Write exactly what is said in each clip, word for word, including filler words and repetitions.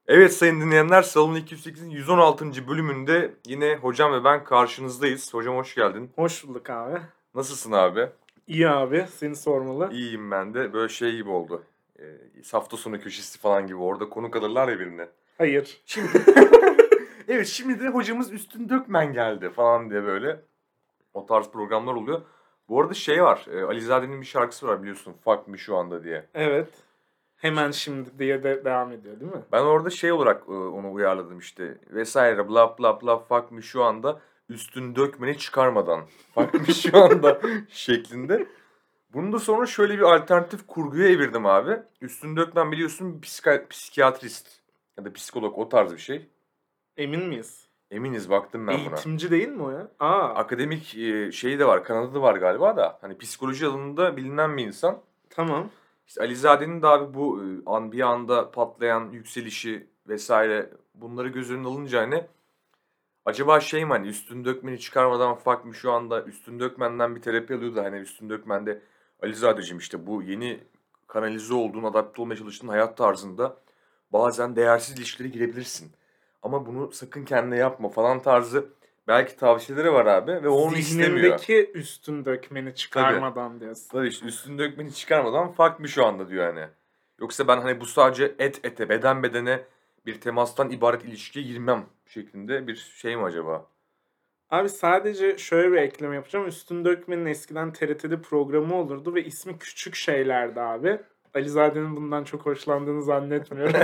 Evet sayın dinleyenler, Salon iki yüz sekizin yüz on altıncı bölümünde yine hocam ve ben karşınızdayız. Hocam hoş geldin. Hoş bulduk abi. Nasılsın abi? İyi abi, seni sormalı. İyiyim ben de. Böyle şey gibi oldu. Ee, hafta sonu köşesi falan gibi. Orada konuk alırlar ya birine. Hayır. Şimdi evet şimdi de hocamız Üstün Dökmen geldi falan diye böyle. O tarz programlar oluyor. Bu arada şey var. E, Alizade'nin bir şarkısı var biliyorsun. Fuck me şu anda diye. Evet. Hemen şimdi diye de devam ediyor değil mi? Ben orada şey olarak e, onu uyarladım işte. Vesaire bla bla bla fuck me şu anda üstün dökmeni çıkarmadan. Fuck me şu anda şeklinde. Bunu da sonra şöyle bir alternatif kurguya evirdim abi. Üstün Dökmen biliyorsun bir psika- psikiyatrist ya da psikolog o tarz bir şey. Emin miyiz? Eminiz baktım ben buna. Eğitimci değil mi o ya? Aa, Akademik e, şeyi de var, kanadı da var galiba da. Hani psikoloji alanında bilinen bir insan. tamam. İşte Alizade'nin de abi bu e, an bir anda patlayan yükselişi vesaire bunları göz önüne alınca hani acaba şey mi hani Üstün Dökmen'i çıkarmadan fuck mı şu anda Üstün Dökmen'den bir terapi alıyordu hani Üstün Dökmen'de Alizadeciğim işte bu yeni kanalize olduğun, adapte olmaya çalıştığın hayat tarzında bazen değersiz ilişkilere girebilirsin. Ama bunu sakın kendine yapma falan tarzı belki tavsiyeleri var abi ve o onu istemiyor. Zihnindeki üstün dökmeni Tabii. çıkarmadan diyorsun. Tabii işte Üstün Dökmen'i çıkarmadan fuck mı şu anda diyor hani. Yoksa ben hani bu sadece et ete, beden bedene bir temastan ibaret ilişkiye girmem şeklinde bir şey mi acaba? Abi sadece şöyle bir ekleme yapacağım. Üstün dökmenin eskiden T R T'de programı olurdu ve ismi Küçük Şeylerdi abi. Alizade'nin bundan çok hoşlandığını zannetmiyorum.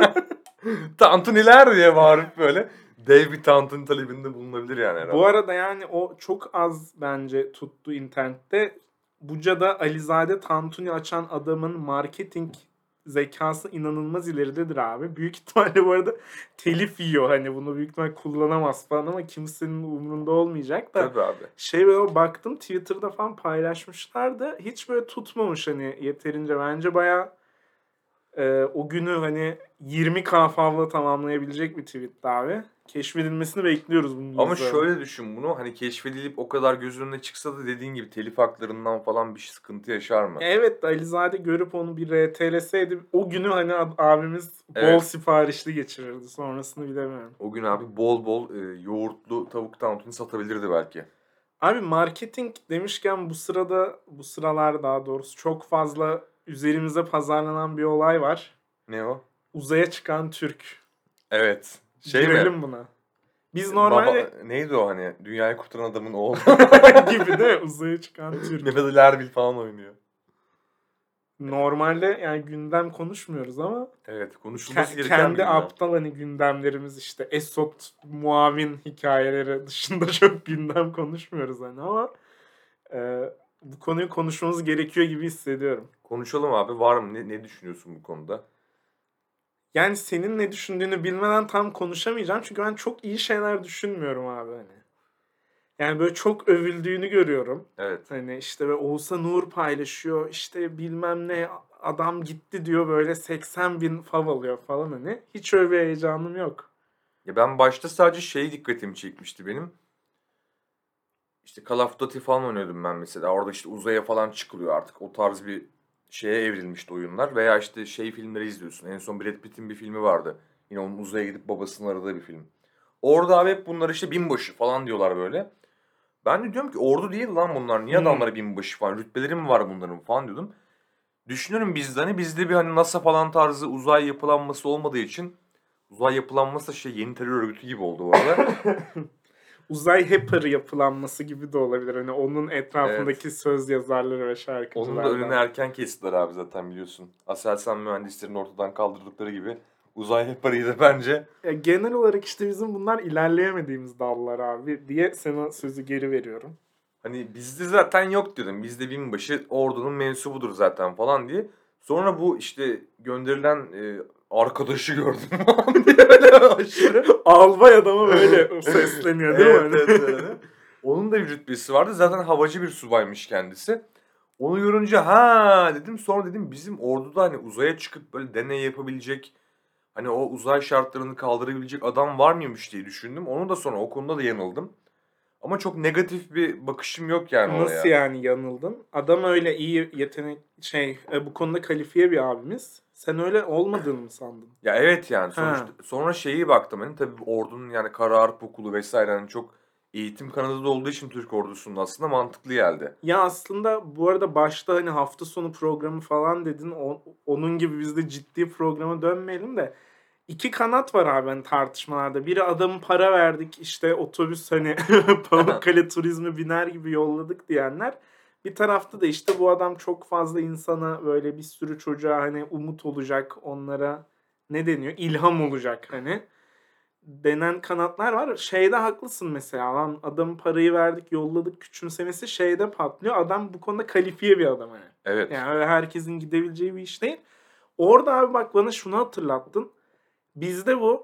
Tantuniler diye bağırıp böyle dev bir tantuni talebinde bulunabilir yani herhalde. Bu arada yani o çok az bence tuttu internette. Buca'da Alizade Tantuni açan adamın marketing zekası inanılmaz ileridedir abi. Büyük ihtimalle bu arada telif yiyor. Hani bunu büyük ihtimalle kullanamaz falan ama kimsenin umurunda olmayacak da. Tabii abi. Şey böyle baktım Twitter'da falan paylaşmışlar da hiç böyle tutmamış hani yeterince. Bence bayağı e, o günü hani yirmi K favla tamamlayabilecek bir tweet abi. Keşfedilmesini bekliyoruz bunun Ama yüzü. şöyle düşün bunu hani keşfedilip o kadar göz önüne çıksa da dediğin gibi telif haklarından falan bir sıkıntı yaşar mı? Evet Alizade görüp onu bir R T L'seydi o günü hani abimiz bol Evet. siparişli geçirirdi. Sonrasını bilemiyorum. O gün abi bol bol e, yoğurtlu tavuk tantuni satabilirdi belki. Abi marketing demişken bu sırada bu sıralar daha doğrusu çok fazla üzerimize pazarlanan bir olay var. Ne o? Uzaya çıkan Türk. Evet. Şey Girelim mi? buna. Biz Baba normalde neydi o hani dünyayı kurtaran adamın oğlu. gibi değil mi? Uzaya çıkan Türk. Mehmet Ali Erbil falan oynuyor. Normalde yani gündem konuşmuyoruz ama Evet konuşulması ke- gereken bir kendi gündem. aptal hani gündemlerimiz işte Esot muavin hikayeleri dışında çok gündem konuşmuyoruz hani ama e, bu konuyu konuşmamız gerekiyor gibi hissediyorum. Konuşalım abi var mı? Ne, ne düşünüyorsun bu konuda? Yani senin ne düşündüğünü bilmeden tam konuşamayacağım çünkü ben çok iyi şeyler düşünmüyorum abi hani. Yani böyle çok övüldüğünü görüyorum. Evet. Hani işte ve Oğuzhan Uğur paylaşıyor işte bilmem ne adam gitti diyor böyle seksen bin fav alıyor falan hani. Hiç öyle bir heyecanım yok. Ya ben başta sadece şey dikkatimi çekmişti benim. İşte Call of Duty falan oynuyordum ben mesela. Orada işte uzaya falan çıkılıyor artık. O tarz bir şeye evrilmişti oyunlar. Veya işte şey filmleri izliyorsun. En son Brad Pitt'in bir filmi vardı. Yine onun uzaya gidip babasının aradığı bir film. Orada abi hep bunlar işte binbaşı falan diyorlar böyle. Ben de diyorum ki ordu değil lan bunlar. Niye Hmm. adamlara binbaşı falan? Rütbeleri mi var bunların falan diyordum. Düşünüyorum bizde hani bizde bir hani NASA falan tarzı uzay yapılanması olmadığı için uzay yapılanması da şey yeni terör örgütü gibi oldu bu arada. Uzay Happer yapılanması gibi de olabilir. Hani onun etrafındaki Evet. söz yazarları ve şarkıcılardan. Onun da önüne erken kestiler abi zaten biliyorsun. Aselsan mühendislerin ortadan kaldırdıkları gibi uzay hep da bence. Ya genel olarak işte bizim bunlar ilerleyemediğimiz dallar abi diye sana sözü geri veriyorum. Hani bizde zaten yok diyordum. Bizde binbaşı ordunun mensubudur zaten falan diye. Sonra bu işte gönderilen e, arkadaşı gördüm falan diye böyle aşırı. Albay adama böyle sesleniyor değil mi? Evet, evet, öyle. Onun da bir rütbesi vardı. Zaten havacı bir subaymış kendisi. Onu görünce ha dedim. Sonra dedim bizim orduda hani uzaya çıkıp böyle deney yapabilecek, hani o uzay şartlarını kaldırabilecek adam var mıymış diye düşündüm. Onu da sonra o konuda da yanıldım. Ama çok negatif bir bakışım yok yani Nasıl olaya. yani yanıldın? Adam öyle iyi yetenek şey e, bu konuda kalifiye bir abimiz. Sen öyle olmadığını mı sandın? Ya evet yani Ha. sonuçta sonra şeyi baktım hani tabii ordunun yani Kara Harp Okulu vesaire hani çok eğitim kanadı da olduğu için Türk ordusunun aslında mantıklı geldi. Ya aslında bu arada başta hani hafta sonu programı falan dedin. O, onun gibi biz de ciddi programa dönmeyelim de. İki kanat var abi hani tartışmalarda. Biri adamın para verdik işte otobüs hani Pamukkale turizmi biner gibi yolladık diyenler. Bir tarafta da işte bu adam çok fazla insana böyle bir sürü çocuğa hani umut olacak onlara ne deniyor ilham olacak hani denen kanatlar var. Şeyde haklısın mesela lan adamın parayı verdik yolladık küçümsemesi şeyde patlıyor. Adam bu konuda kalifiye bir adam hani. Evet. Yani öyle herkesin gidebileceği bir iş değil. Orada abi bak bana şunu hatırlattın. Bizde bu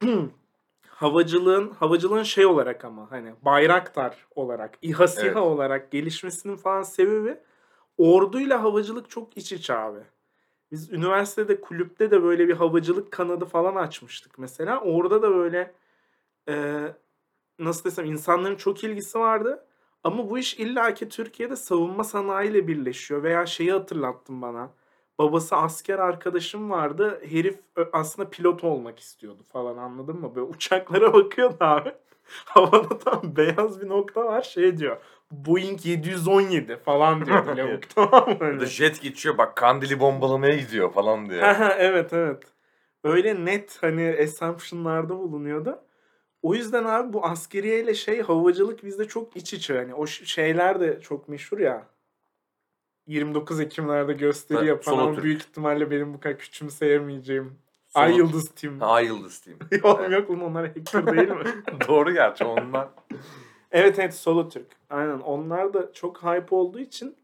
havacılığın havacılığın şey olarak ama hani Bayraktar olarak, İHA SİHA Evet. olarak gelişmesinin falan sebebi orduyla havacılık çok iç içe abi. Biz üniversitede kulüpte de böyle bir havacılık kanadı falan açmıştık mesela. Orada da böyle eee, nasıl desem insanların çok ilgisi vardı. Ama bu iş illaki Türkiye'de savunma sanayiyle birleşiyor. Veya şeyi hatırlattın bana. Babası asker arkadaşım vardı. Herif ö- aslında pilot olmak istiyordu falan anladın mı? Böyle uçaklara bakıyordu abi. Havada tam beyaz bir nokta var şey diyor. Boeing yedi yüz on yedi falan diyordu lavuk tamam mı? Ya da Hani. jet geçiyor bak Kandil'i bombalamaya gidiyor falan diye. Ha ha evet evet. Öyle net hani assumption'larda bulunuyordu. O yüzden abi bu askeriyeyle şey havacılık bizde çok iç içe. Hani o ş- şeyler de çok meşhur ya. yirmi dokuz Ekim'lerde gösteri Ta- yapan Solo ama büyük Türk. ihtimalle benim bu kadar küçümseyemeyeceğim. Ay Solo Yıldız Team. Ha, Ay Yıldız Team. Oğlum Evet. yok mu onlar hacker değil mi? Doğru gerçi onlar. Evet evet Solo Türk. Aynen onlar da çok hype olduğu için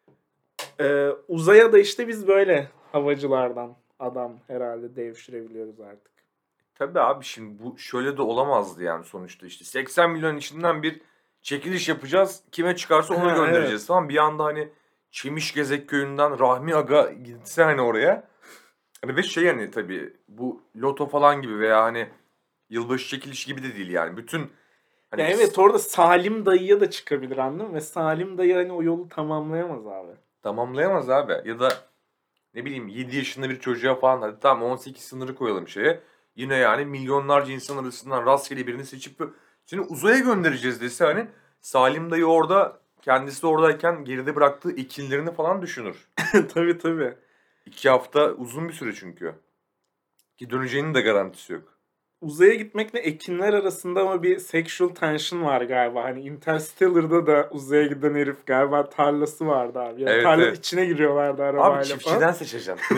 e, uzaya da işte biz böyle havacılardan adam herhalde devşirebiliyoruz artık. Tabii abi şimdi bu şöyle de olamazdı yani sonuçta işte seksen milyon içinden bir çekiliş yapacağız. Kime çıkarsa onu Ha, göndereceğiz evet. falan. Bir anda hani Çemişgezek köyünden Rahmi Aga gitse hani oraya. Hani ve şey hani tabii bu loto falan gibi veya hani yılbaşı çekiliş gibi de değil yani. Bütün hani Ya evet orada Salim dayıya da çıkabilir anladın mı? Ve Salim dayı hani o yolu tamamlayamaz abi. tamamlayamaz abi. Ya da ne bileyim yedi yaşında bir çocuğa falan hadi tamam on sekiz sınırı koyalım şeye. Yine yani milyonlarca insan arasından rastgele birini seçip seni uzaya göndereceğiz dese hani Salim dayı orada kendisi oradayken geride bıraktığı ekinlerini falan düşünür. Tabii tabii. İki hafta uzun bir süre çünkü. Ki döneceğinin de garantisi yok. Uzaya gitmekle ekinler arasında ama bir sexual tension var galiba. Hani Interstellar'da da uzaya giden herif galiba tarlası vardı abi. Yani Evet tarlanın evet. içine giriyorlardı Abi arabayla falan. çiftçiden seçeceksin.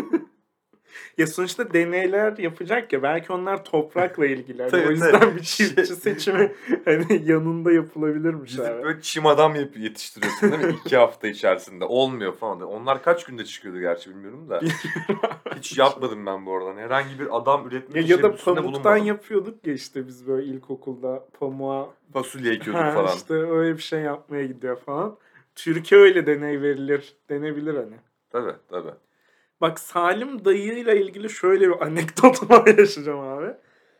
Ya sonuçta deneyler yapacak ya belki onlar toprakla ilgili. Hani o Tabii tabii. yüzden bir Şey, çiftçi seçimi hani yanında yapılabilirmiş gidip abi. böyle çim adam yap yetiştiriyorsun değil mi? İki hafta içerisinde. Olmuyor falan. Onlar kaç günde çıkıyordu gerçi bilmiyorum da. Bilmiyorum abi. Hiç yapmadım ben bu arada. Herhangi bir adam üretme Ya, ya da teşebbüsünde pamuktan bulunmadım. yapıyorduk ya işte biz böyle ilkokulda pamuğa Fasulye ekiyorduk ha falan. işte öyle bir şey yapmaya gidiyor falan. Türkiye öyle deney verilir, denebilir hani. Tabii tabii. Bak Salim dayıyla ilgili şöyle bir anekdot paylaşacağım abi.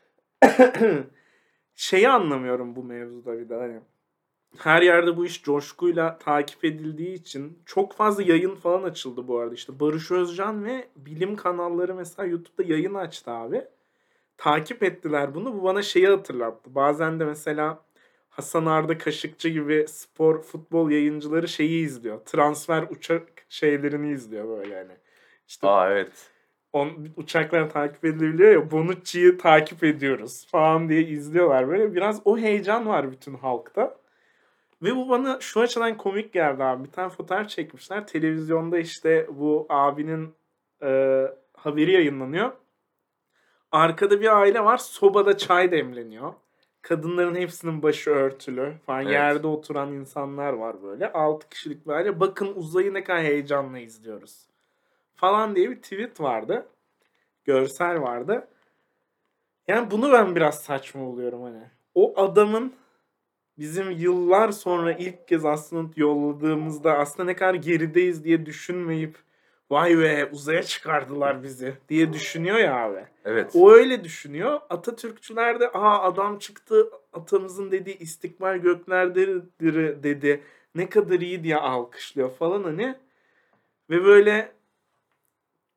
Şeyi anlamıyorum bu mevzuda bir de hani. Her yerde bu iş coşkuyla takip edildiği için çok fazla yayın falan açıldı bu arada. İşte Barış Özcan ve bilim kanalları mesela YouTube'da yayın açtı abi. Takip ettiler bunu. Bu bana şeyi hatırlattı. Bazen de mesela Hasan Arda Kaşıkçı gibi spor, futbol yayıncıları şeyi izliyor. Transfer uçak şeylerini izliyor böyle hani. İşte Aa evet. on, uçaklar takip edilebiliyor ya Bonucci'yi takip ediyoruz falan diye izliyorlar. Böyle biraz o heyecan var bütün halkta. Ve bu bana şu açıdan komik geldi abi. Bir tane fotoğraf çekmişler. Televizyonda işte bu abinin e, haberi yayınlanıyor. Arkada bir aile var. Sobada çay demleniyor. Kadınların hepsinin başı örtülü falan. Evet. Yerde oturan insanlar var böyle. Altı kişilik bir aile. Bakın uzayı ne kadar heyecanla izliyoruz. Falan diye bir tweet vardı. Görsel vardı. Yani bunu ben biraz saçma buluyorum hani. O adamın bizim yıllar sonra ilk kez astronot yolladığımızda aslında ne kadar gerideyiz diye düşünmeyip vay be uzaya çıkardılar bizi diye düşünüyor ya abi. Evet. O öyle düşünüyor. Atatürkçüler de aa adam çıktı atamızın dediği istikbal göklerdedir dedi. Ne kadar iyi diye alkışlıyor falan hani. Ve böyle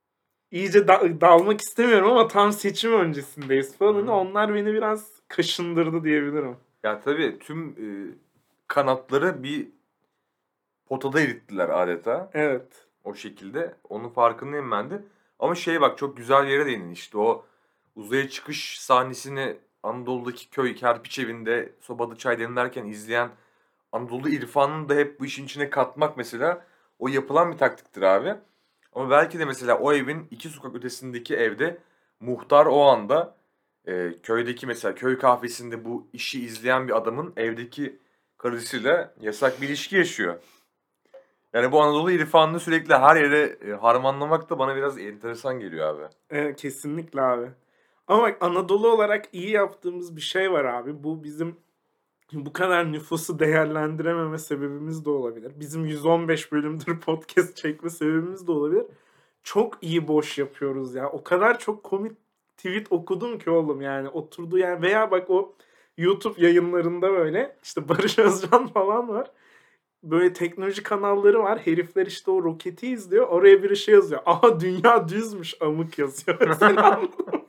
iyice da- dalmak istemiyorum ama tam seçim öncesindeyiz falan. Hani Hı. onlar beni biraz kaşındırdı diyebilirim. Ya tabii tüm e, kanatları bir potada erittiler adeta. Evet. O şekilde. Onun farkındayım ben de. Ama şey bak çok güzel bir yere değindin işte o uzaya çıkış sahnesini Anadolu'daki köy kerpiç evinde sobada çay demlerken izleyen Anadolu irfanını da hep bu işin içine katmak mesela o yapılan bir taktiktir abi. Ama belki de mesela o evin iki sokak ötesindeki evde muhtar o anda e, köydeki mesela köy kahvesinde bu işi izleyen bir adamın evdeki karısıyla yasak bir ilişki yaşıyor. Yani bu Anadolu irfanını sürekli her yere e, harmanlamak da bana biraz enteresan geliyor abi. Evet, kesinlikle abi. Ama bak Anadolu olarak iyi yaptığımız bir şey var abi. Bu bizim bu kadar nüfusu değerlendirememe sebebimiz de olabilir. Bizim yüz on beş bölümdür podcast çekme sebebimiz de olabilir. Çok iyi boş yapıyoruz ya. O kadar çok komik tweet okudum ki oğlum yani oturduğu yer veya bak o YouTube yayınlarında böyle işte Barış Özcan falan var. Böyle teknoloji kanalları var. Herifler işte o roketi izliyor. Oraya bir şey yazıyor. Aha dünya düzmüş amık yazıyor mesela.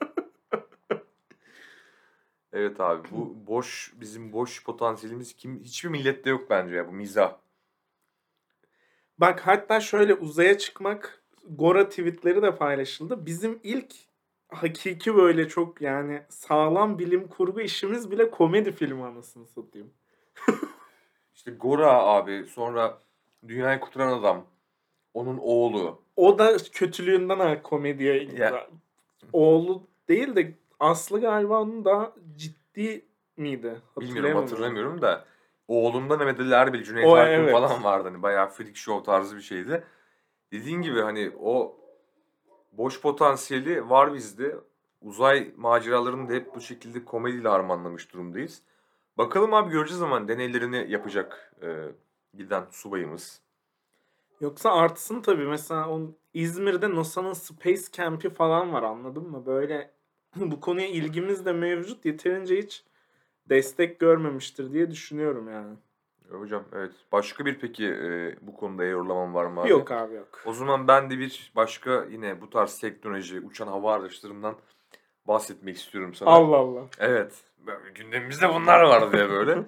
Evet abi bu boş bizim boş potansiyelimiz kim hiçbir millette yok bence ya bu mizah. Bak hatta şöyle uzaya çıkmak Gora tweetleri de paylaşıldı. Bizim ilk hakiki böyle çok yani sağlam bilim kurgu işimiz bile komedi filmi anasını satayım. İşte Gora abi sonra Dünyayı Kurtaran Adam onun oğlu. O da kötülüğünden ha komediye Ya oğlu değil de Aslı galiba onun daha ciddi miydi? bilmiyorum Hatırlayamadım onu. hatırlamıyorum da oğlunda Mehmet Ali Erbil, Cüneyt O Arkın evet. falan vardı hani bayağı freak show tarzı bir şeydi. Dediğin gibi hani o boş potansiyeli var bizde. Uzay maceralarını da hep bu şekilde komediyle harmanlamış durumdayız. Bakalım abi göreceğiz zaman deneylerini yapacak e, giden subayımız. Yoksa artsın tabii. Mesela o İzmir'de NASA'nın Space Camp'i falan var anladın mı? Böyle bu konuya ilgimiz de mevcut. Yeterince hiç destek görmemiştir diye düşünüyorum yani. E, Hocam evet. Başka bir peki e, bu konuda yorulaman var mı abi? Yok abi yok. O zaman ben de bir başka yine bu tarz teknoloji, uçan hava araçlarından bahsetmek istiyorum sana. Allah Allah. Evet. Böyle gündemimizde bunlar var diye böyle.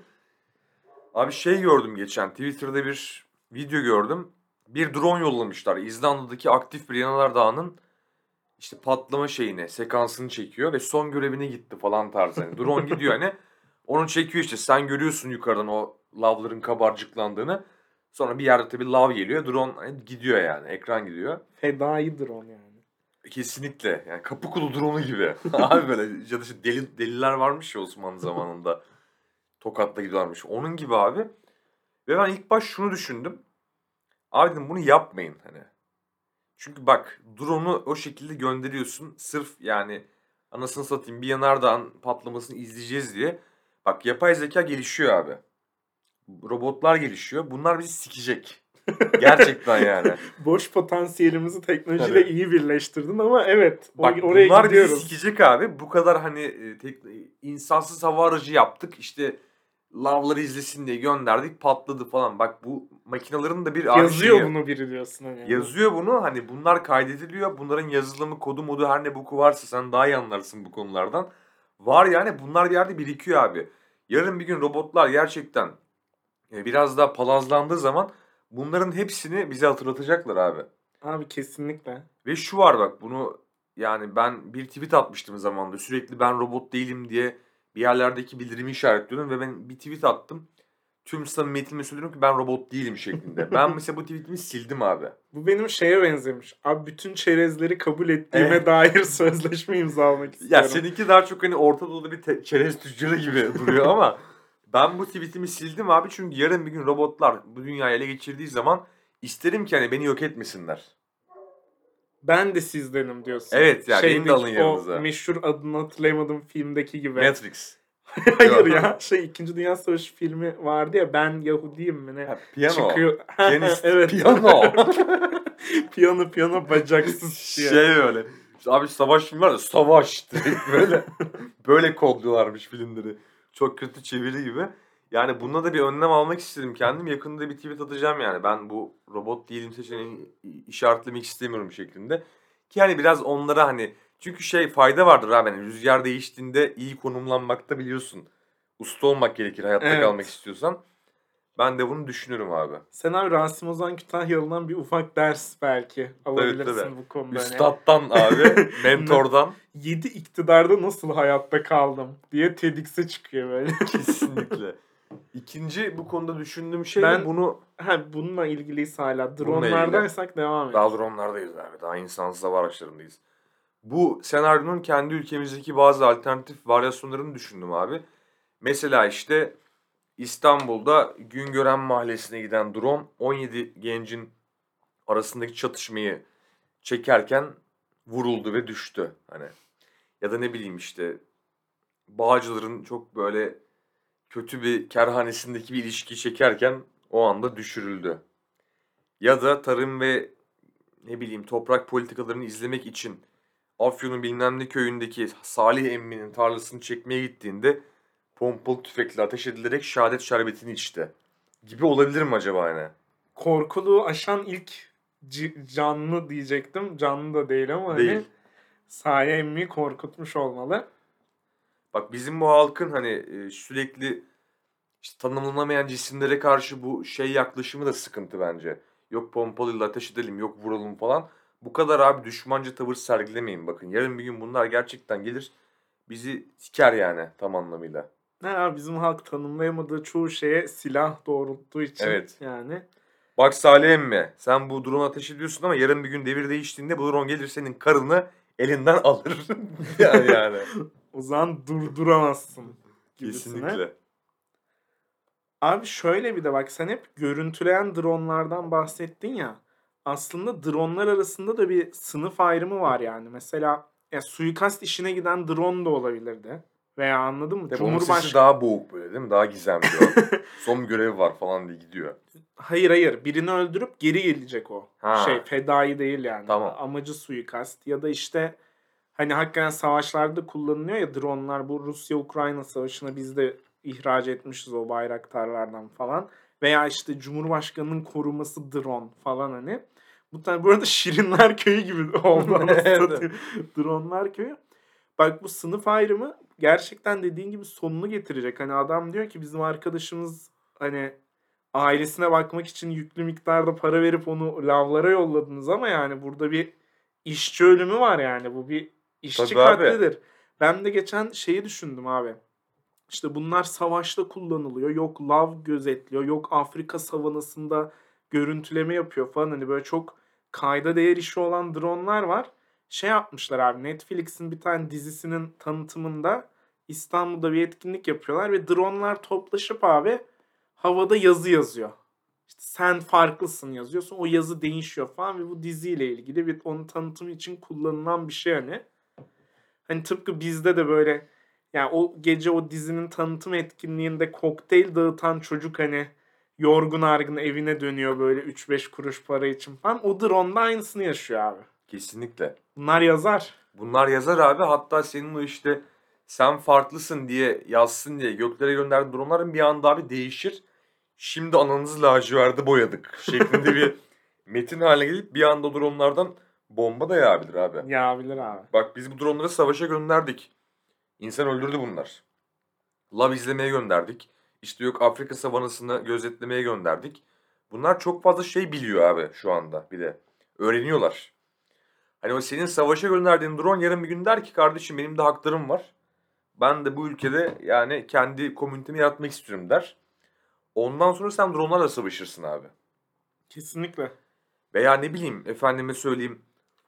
Abi şey gördüm geçen. Twitter'da bir video gördüm. Bir drone yollamışlar. İzlanda'daki aktif bir yanardağının işte patlama şeyine, sekansını çekiyor ve son görevine gitti falan tarzı. Yani drone gidiyor hani. Onu çekiyor işte. Sen görüyorsun yukarıdan o lavların kabarcıklandığını. Sonra bir yerde tabii lav geliyor. Drone hani gidiyor yani. Ekran gidiyor. Fedaidir on yani. Kesinlikle. Yani kapı kulu drone'u gibi. Abi böyle ya da işte deli, deliler varmış ya Osmanlı zamanında. Tokat'ta gidiyorlarmış. Onun gibi abi. Ve ben ilk baş şunu düşündüm. Abi dedim bunu yapmayın hani. Çünkü bak drone'u o şekilde gönderiyorsun. Sırf yani anasını satayım bir yanardağın patlamasını izleyeceğiz diye. Bak yapay zeka gelişiyor abi. Robotlar gelişiyor. Bunlar bizi sikecek. Gerçekten yani. Boş potansiyelimizi teknolojiyle Tabii. iyi birleştirdin ama evet o- Bak oraya bunlar bizi gidiyoruz. sikecek abi. Bu kadar hani e, tek, insansız hava aracı yaptık. İşte lavları izlesin diye gönderdik patladı falan. Bak bu makinelerin de bir abi Yazıyor şeyi bunu biri diyorsun hani. yazıyor bunu. Hani bunlar kaydediliyor. Bunların yazılımı, kodu modu her ne boku varsa sen daha iyi anlarsın bu konulardan. Var yani bunlar bir yerde birikiyor abi. Yarın bir gün robotlar gerçekten e, biraz daha palazlandığı zaman bunların hepsini bize hatırlatacaklar abi. Abi kesinlikle. Ve şu var bak bunu yani ben bir tweet atmıştım zamanında. Sürekli ben robot değilim diye bir yerlerdeki bildirimi işaretliyordum ve ben bir tweet attım. Tüm samimiyetimle söylüyorum ki ben robot değilim şeklinde. Ben mesela bu tweetimi sildim abi. Bu benim şeye benzemiş. Abi bütün çerezleri kabul ettiğime Evet. dair sözleşme imzalamak Ya istiyorum. seninki daha çok hani Orta Doğu'da bir te- çerez tüccarı gibi duruyor ama ben bu tweetimi sildim abi çünkü yarın bir gün robotlar bu dünyayı ele geçirdiği zaman isterim ki hani beni yok etmesinler. Ben de sizdenim diyorsun. Evet ya beni de alın Şeydeki o yanınıza. meşhur adını hatırlayamadığım filmdeki gibi. Matrix. Hayır Yok. ya şey İkinci Dünya Savaşı filmi vardı ya ben Yahudiyim mi ne? Ha, piyano. Çıkıyor. Piyanist. Evet. Piyano. Piyano piyano bacaksız diye. Şey böyle. İşte abi savaş filmi var ya savaş direkt böyle. Böyle kodluyorlarmış filmleri. Çok kötü çeviri gibi. Yani bunda da bir önlem almak istedim kendim. Yakında bir tweet atacağım yani. Ben bu robot değilim seçeneğini işaretlemek istemiyorum şeklinde. Ki hani biraz onlara hani çünkü şey fayda vardır abi hani rüzgar değiştiğinde iyi konumlanmakta biliyorsun. Usta olmak gerekir hayatta kalmak Evet. istiyorsan. Ben de bunu düşünürüm abi. Sen abi Rasim Ozan Kütahyalı'dan bir ufak ders belki Tabii tabii. alabilirsin bu konuda hani. Üstattan abi, mentordan. yedi iktidarda nasıl hayatta kaldım diye TEDx'e çıkıyor böyle. Kesinlikle. İkinci bu konuda düşündüğüm şey de Ben bunu ha, bununla ilgiliyiz hala. bununla ilgili. Dronlardaysak devam et. Daha dronlardayız abi. Daha insansız hava araçlarındayız. Bu senaryonun kendi ülkemizdeki bazı alternatif varyasyonlarını düşündüm abi. Mesela işte İstanbul'da Güngören Mahallesi'ne giden drone on yedi gencin arasındaki çatışmayı çekerken vuruldu ve düştü. Hani ya da ne bileyim işte Bağcılar'ın çok böyle kötü bir kerhanesindeki bir ilişkiyi çekerken o anda düşürüldü. Ya da tarım ve ne bileyim toprak politikalarını izlemek için Afyon'un bilmem ne köyündeki Salih emminin tarlasını çekmeye gittiğinde pompalı tüfekle ateş edilerek şehadet şerbetini içti. Gibi olabilir mi acaba hani? Korkuluğu aşan ilk c- canlı diyecektim. Canlı da değil ama hani Değil. Saye emmi korkutmuş olmalı. Bak bizim bu halkın hani e, sürekli işte tanımlanamayan cisimlere karşı bu şey yaklaşımı da sıkıntı bence. Yok pompalıyla ateş edelim, yok vuralım falan. Bu kadar abi düşmanca tavır sergilemeyin bakın. Yarın bir gün bunlar gerçekten gelir bizi siker yani tam anlamıyla. Ne abi bizim halk tanımlayamadığı çoğu şeye silah doğrulttuğu için Evet. yani. Bak Salih emmi sen bu drone ateş ediyorsun ama yarın bir gün devir değiştiğinde bu drone gelir senin karını elinden alır. yani yani. O zaman durduramazsın gibisine. Kesinlikle. Abi şöyle bir de bak sen hep görüntüleyen dronlardan bahsettin ya. Aslında dronlar arasında da bir sınıf ayrımı var yani. Mesela ya suikast işine giden drone da olabilirdi. Veya anladın mı? Tabii onun sesi Cumhurbaşkanı... daha boğuk böyle değil mi? Daha gizemli o. Son bir görevi var falan diye gidiyor. Hayır hayır. Birini öldürüp geri gelecek o. Ha. Şey fedai değil yani. Tamam. Amacı suikast. Ya da işte hani hakikaten savaşlarda kullanılıyor ya dronlar. Bu Rusya-Ukrayna savaşına biz de ihraç etmişiz o bayraktarlardan falan. Veya işte Cumhurbaşkanı'nın koruması drone falan hani. Bu tane bu arada Şirinler Köyü gibi oldu. anasını satayım. Dronlar Köyü. Bak bu sınıf ayrımı gerçekten dediğin gibi sonunu getirecek. Hani adam diyor ki bizim arkadaşımız hani ailesine bakmak için yüklü miktarda para verip onu lavlara yolladınız ama yani burada bir işçi ölümü var yani. Bu bir işçi Tabii abi. katlidir. Ben de geçen şeyi düşündüm abi. İşte bunlar savaşta kullanılıyor. Yok lav gözetliyor. Yok Afrika savanasında görüntüleme yapıyor falan. Hani böyle çok kayda değer işi olan dronlar var. Şey yapmışlar abi. Netflix'in bir tane dizisinin tanıtımında İstanbul'da bir etkinlik yapıyorlar ve dronlar toplaşıp abi havada yazı yazıyor. İşte sen farklısın yazıyorsun. O yazı değişiyor falan ve bu diziyle ilgili bir onun tanıtımı için kullanılan bir şey hani. Hani tıpkı bizde de böyle yani o gece o dizinin tanıtım etkinliğinde kokteyl dağıtan çocuk hani yorgun argın evine dönüyor böyle üç beş kuruş para için falan. O drone'da aynısını yaşıyor abi. Kesinlikle. Bunlar yazar. Bunlar yazar abi. Hatta senin o işte sen farklısın diye yazsın diye göklere gönderdiğin dronların bir anda abi değişir. Şimdi ananızı laciverti boyadık şeklinde bir metin haline gelip bir anda o dronlardan bomba da yağabilir abi. Yağabilir abi. Bak biz bu dronları savaşa gönderdik. İnsan öldürdü bunlar. Lav izlemeye gönderdik. İşte yok Afrika savanasını gözetlemeye gönderdik. Bunlar çok fazla şey biliyor abi şu anda bir de. Öğreniyorlar. Hani o senin savaşa gönderdiğin drone yarın bir gün der ki kardeşim benim de haklarım var. Ben de bu ülkede yani kendi komünitemi yaratmak istiyorum der. Ondan sonra sen dronelarla savaşırsın abi. Kesinlikle. Veya ne bileyim efendime söyleyeyim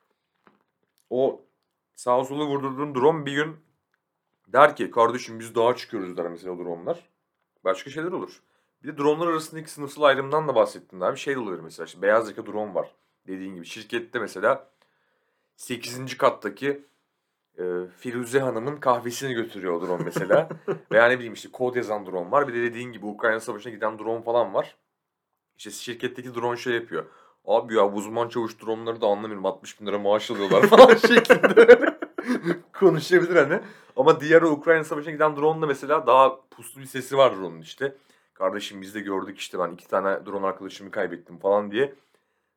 o sağa sola vurdurduğun drone bir gün der ki kardeşim biz dağa çıkıyoruz der mesela o dronelar. Başka şeyler olur. Bir de dronlar arasındaki sınıfsal ayrımdan da bahsettin abi. Şey de olabilir mesela işte beyaz yaka drone var. Dediğin gibi şirkette mesela sekizinci kattaki e, Firuze Hanım'ın kahvesini götürüyor o drone mesela. Veya ne bileyim işte kod yazan drone var. Bir de dediğin gibi Ukrayna Savaşı'na giden drone falan var. İşte şirketteki drone şey yapıyor. Abi ya bu uzman çavuş droneları da anlamıyorum altmış bin lira maaş alıyorlar falan şeklinde konuşabilir hani. Ama diğer o Ukrayna Savaşı'na giden drone da mesela daha puslu bir sesi vardır onun işte. Kardeşim biz de gördük işte ben iki tane drone arkadaşımı kaybettim falan diye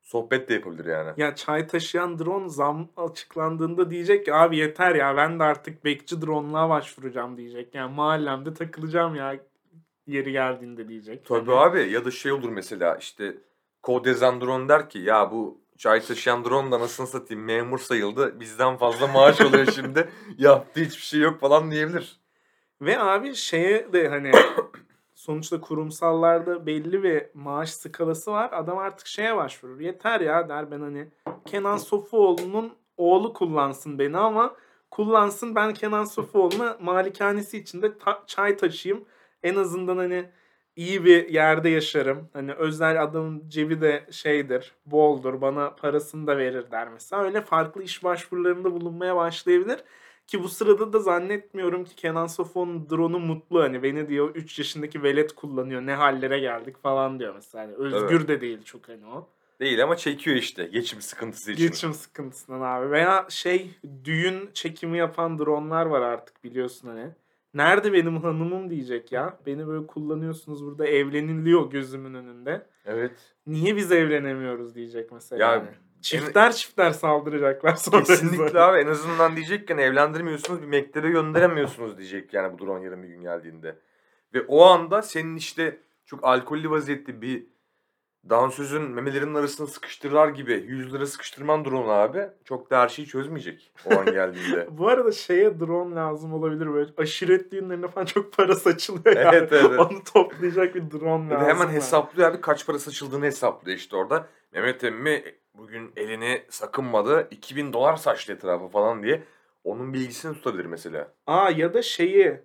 Sohbet de yapabilir yani. Ya çay taşıyan drone zam açıklandığında diyecek ki abi yeter ya ben de artık bekçi drone'luğa başvuracağım diyecek. Yani mahallemde takılacağım ya yeri geldiğinde diyecek. Tabii Hani abi, ya da şey olur mesela, işte Kodezen drone der ki ya bu çay taşıyan drone da anasını satayım memur sayıldı. Bizden fazla maaş alıyor şimdi. Yaptığı hiçbir şey yok falan diyebilir. ve abi şeye de hani sonuçta kurumsallarda belli bir maaş skalası var. Adam artık şeye başvurur. Yeter ya der ben hani Kenan Sofuoğlu'nun oğlu kullansın beni ama kullansın ben Kenan Sofuoğlu'na malikanesi içinde ta- çay taşıyayım. En azından hani iyi bir yerde yaşarım. Hani özel adamın cebi de şeydir, boldur. Bana parasını da verir der mesela. Öyle farklı iş başvurularında bulunmaya başlayabilir. Ki bu sırada da zannetmiyorum ki Kenan Sofuoğlu'nun drone'u mutlu. Hani beni diyor üç yaşındaki velet kullanıyor. Ne hallere geldik falan diyor mesela. Hani özgür Tabii. de değil çok hani o. Değil ama çekiyor işte geçim sıkıntısı için. Geçim sıkıntısından abi. Veya şey düğün çekimi yapan drone'lar var artık biliyorsun hani. Nerede benim hanımım diyecek ya. Beni böyle kullanıyorsunuz burada evleniliyor gözümün önünde. Evet. Niye biz evlenemiyoruz diyecek mesela. Ya hani. Çiftler çiftler saldıracaklar sonra kesinlikle bize. abi, en azından diyecekken evlendirmiyorsunuz, bir mektebe gönderemiyorsunuz diyecek yani bu drone yarın bir gün geldiğinde. Ve o anda senin işte çok alkollü vaziyette bir dansözün memelerinin arasına sıkıştırır gibi yüz lira sıkıştırman drone abi çok da her şeyi çözmeyecek o an geldiğinde. Bu arada şeye drone lazım olabilir böyle aşiret düğünlerine falan çok para saçılıyor yani. Evet, evet. Onu toplayacak bir drone Ya da lazım. hemen yani. hesaplıyor abi, kaç para saçıldığını hesaplıyor işte orada. Mehmet emmi bugün elini sakınmadı, iki bin dolar saçtı etrafı falan diye. Onun bilgisini tutabilir mesela. Aa ya da şeyi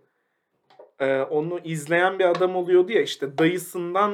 e, onu izleyen bir adam oluyordu ya işte dayısından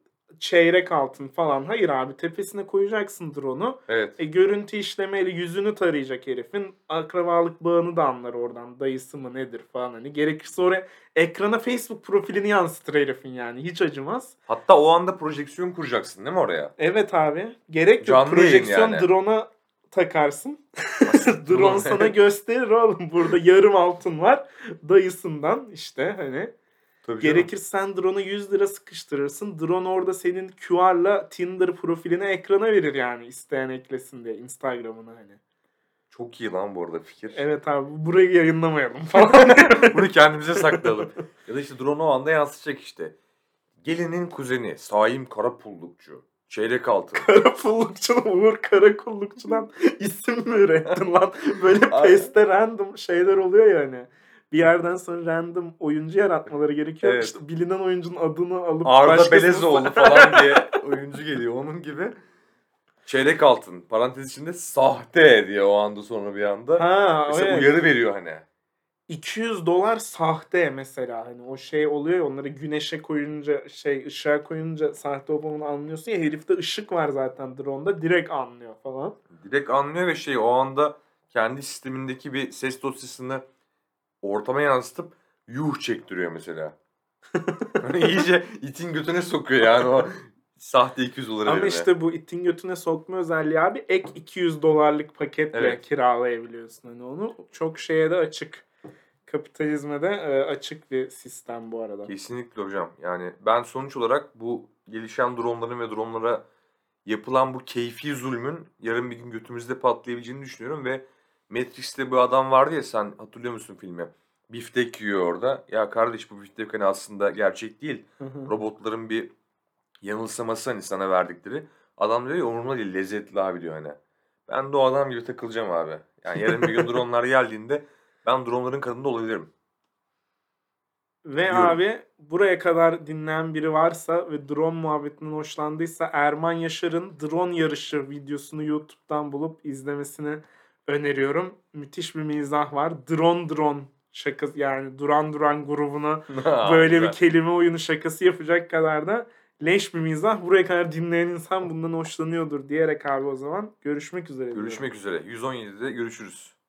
çeyrek altın falan. Hayır abi tepesine koyacaksın drone'u. Evet. E, görüntü işlemeyle yüzünü tarayacak herifin. Akrabalık bağını da anlar oradan. Dayısı mı nedir falan hani. Gerekirse oraya ekrana Facebook profilini yansıtır herifin yani. Hiç acımaz. Hatta o anda projeksiyon kuracaksın değil mi oraya? Evet abi. Gerek yok. Canlı yayın Projeksiyon yani. drone'a takarsın. Basit Drone sana gösterir oğlum. Burada yarım altın var. Dayısından işte hani. Tabii canım. Gerekirse sen drone'a yüz lira sıkıştırırsın. Drone orada senin Q R'la Tinder profiline ekrana verir yani isteyen eklesin diye Instagram'ına hani. Çok iyi lan bu arada fikir. Evet abi burayı yayınlamayalım falan. Bunu kendimize saklayalım. Ya da işte drone o anda yansıtacak işte. Gelinin kuzeni Saim Karapullukçu. Çeyrek altın. Karapullukçudan Uğur Karakullukçudan isim mi ürettin lan? Böyle Abi. peste random şeyler oluyor ya hani. Bir yerden sonra random oyuncu yaratmaları gerekiyor. Evet. İşte bilinen oyuncunun adını alıp Arda başkasını- Belezoğlu falan diye oyuncu geliyor onun gibi. Çeyrek altın. Parantez içinde sahte diye o anda sonra bir anda. Ha, Mesela evet. uyarı veriyor hani. iki yüz dolar sahte mesela hani o şey oluyor ya onları güneşe koyunca şey ışığa koyunca sahte olduğunu anlıyorsun ya herifte ışık var zaten drone'da direkt anlıyor falan. Direkt anlıyor ve şey o anda kendi sistemindeki bir ses dosyasını ortama yansıtıp yuh çektiriyor mesela. Hani iyice itin götüne sokuyor yani o sahte iki yüz doları Ama verine. işte bu itin götüne sokma özelliği abi ek iki yüz dolarlık paketle Evet. kiralayabiliyorsun hani onu çok şeye de açık. Kapitalizme de e, açık bir sistem bu arada. Kesinlikle hocam. Yani ben sonuç olarak bu gelişen dronların ve dronlara yapılan bu keyfi zulmün yarın bir gün götümüzde patlayabileceğini düşünüyorum ve Matrix'te bu adam vardı ya, sen hatırlıyor musun filmi? Biftek yiyor orada. Ya kardeş bu biftek hani aslında gerçek değil. Hı hı. Robotların bir yanılsaması hani sana verdikleri. Adam diyor ya umurumda değil, lezzetli abi diyor hani. Ben de o adam gibi takılacağım abi. Yani yarın bir gün dronlar geldiğinde ben dronların kadında olabilirim. Ve Diyorum. abi buraya kadar dinleyen biri varsa ve drone muhabbetinden hoşlandıysa Erman Yaşar'ın drone yarışı videosunu YouTube'dan bulup izlemesini öneriyorum. Müthiş bir mizah var. Drone drone şakası yani Duran Duran grubuna böyle Güzel. bir kelime oyunu şakası yapacak kadar da leş bir mizah. Buraya kadar dinleyen insan bundan hoşlanıyordur diyerek abi o zaman görüşmek üzere diyorum. Görüşmek üzere. yüz on yedide görüşürüz.